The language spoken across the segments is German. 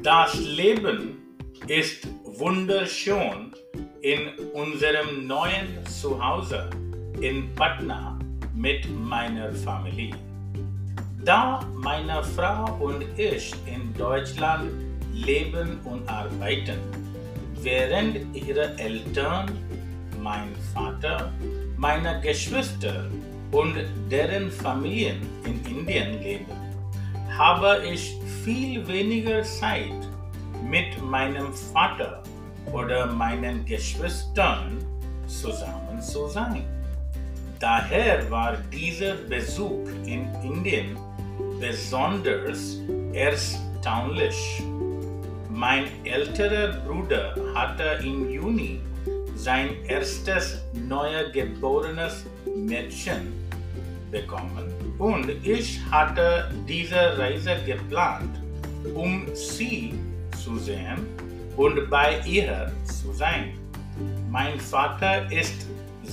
Das Leben ist wunderschön in unserem neuen Zuhause in Patna mit meiner Familie. Da meine Frau und ich in Deutschland leben und arbeiten, während ihre Eltern, mein Vater, meine Geschwister und deren Familien in Indien leben, habe ich viel weniger Zeit mit meinem Vater oder meinen Geschwistern zusammen zu sein. Daher war dieser Besuch in Indien besonders erstaunlich. Mein älterer Bruder hatte im Juni sein erstes neugeborenes Mädchen bekommen und ich hatte diese Reise geplant, um sie zu sehen und bei ihr zu sein. Mein Vater ist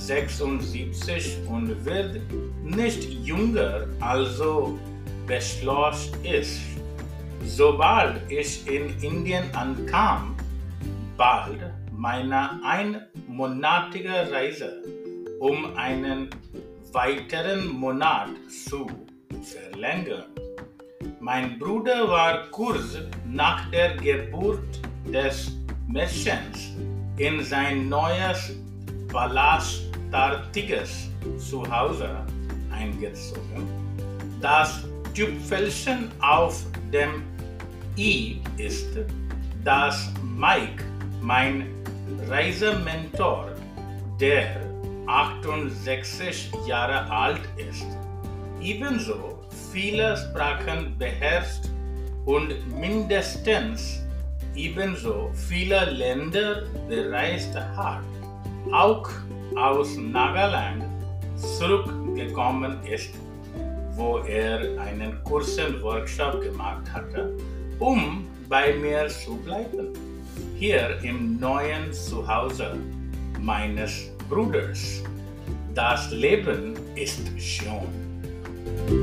76 und wird nicht jünger, also beschloss ich, sobald ich in Indien ankam, bald meine einmonatige Reise um einen weiteren Monat zu verlängern. Mein Bruder war kurz nach der Geburt des Mädchens in sein neues palastartiges Zuhause eingezogen. Das Tüpfelchen auf dem I ist, dass Mike, mein Reisementor, der 68 Jahre alt ist, ebenso viele Sprachen beherrscht und mindestens ebenso viele Länder bereist hat, auch aus Nagaland zurückgekommen ist, wo er einen kurzen Workshop gemacht hatte, um bei mir zu bleiben, hier im neuen Zuhause meines Bruders. Das Leben ist schön.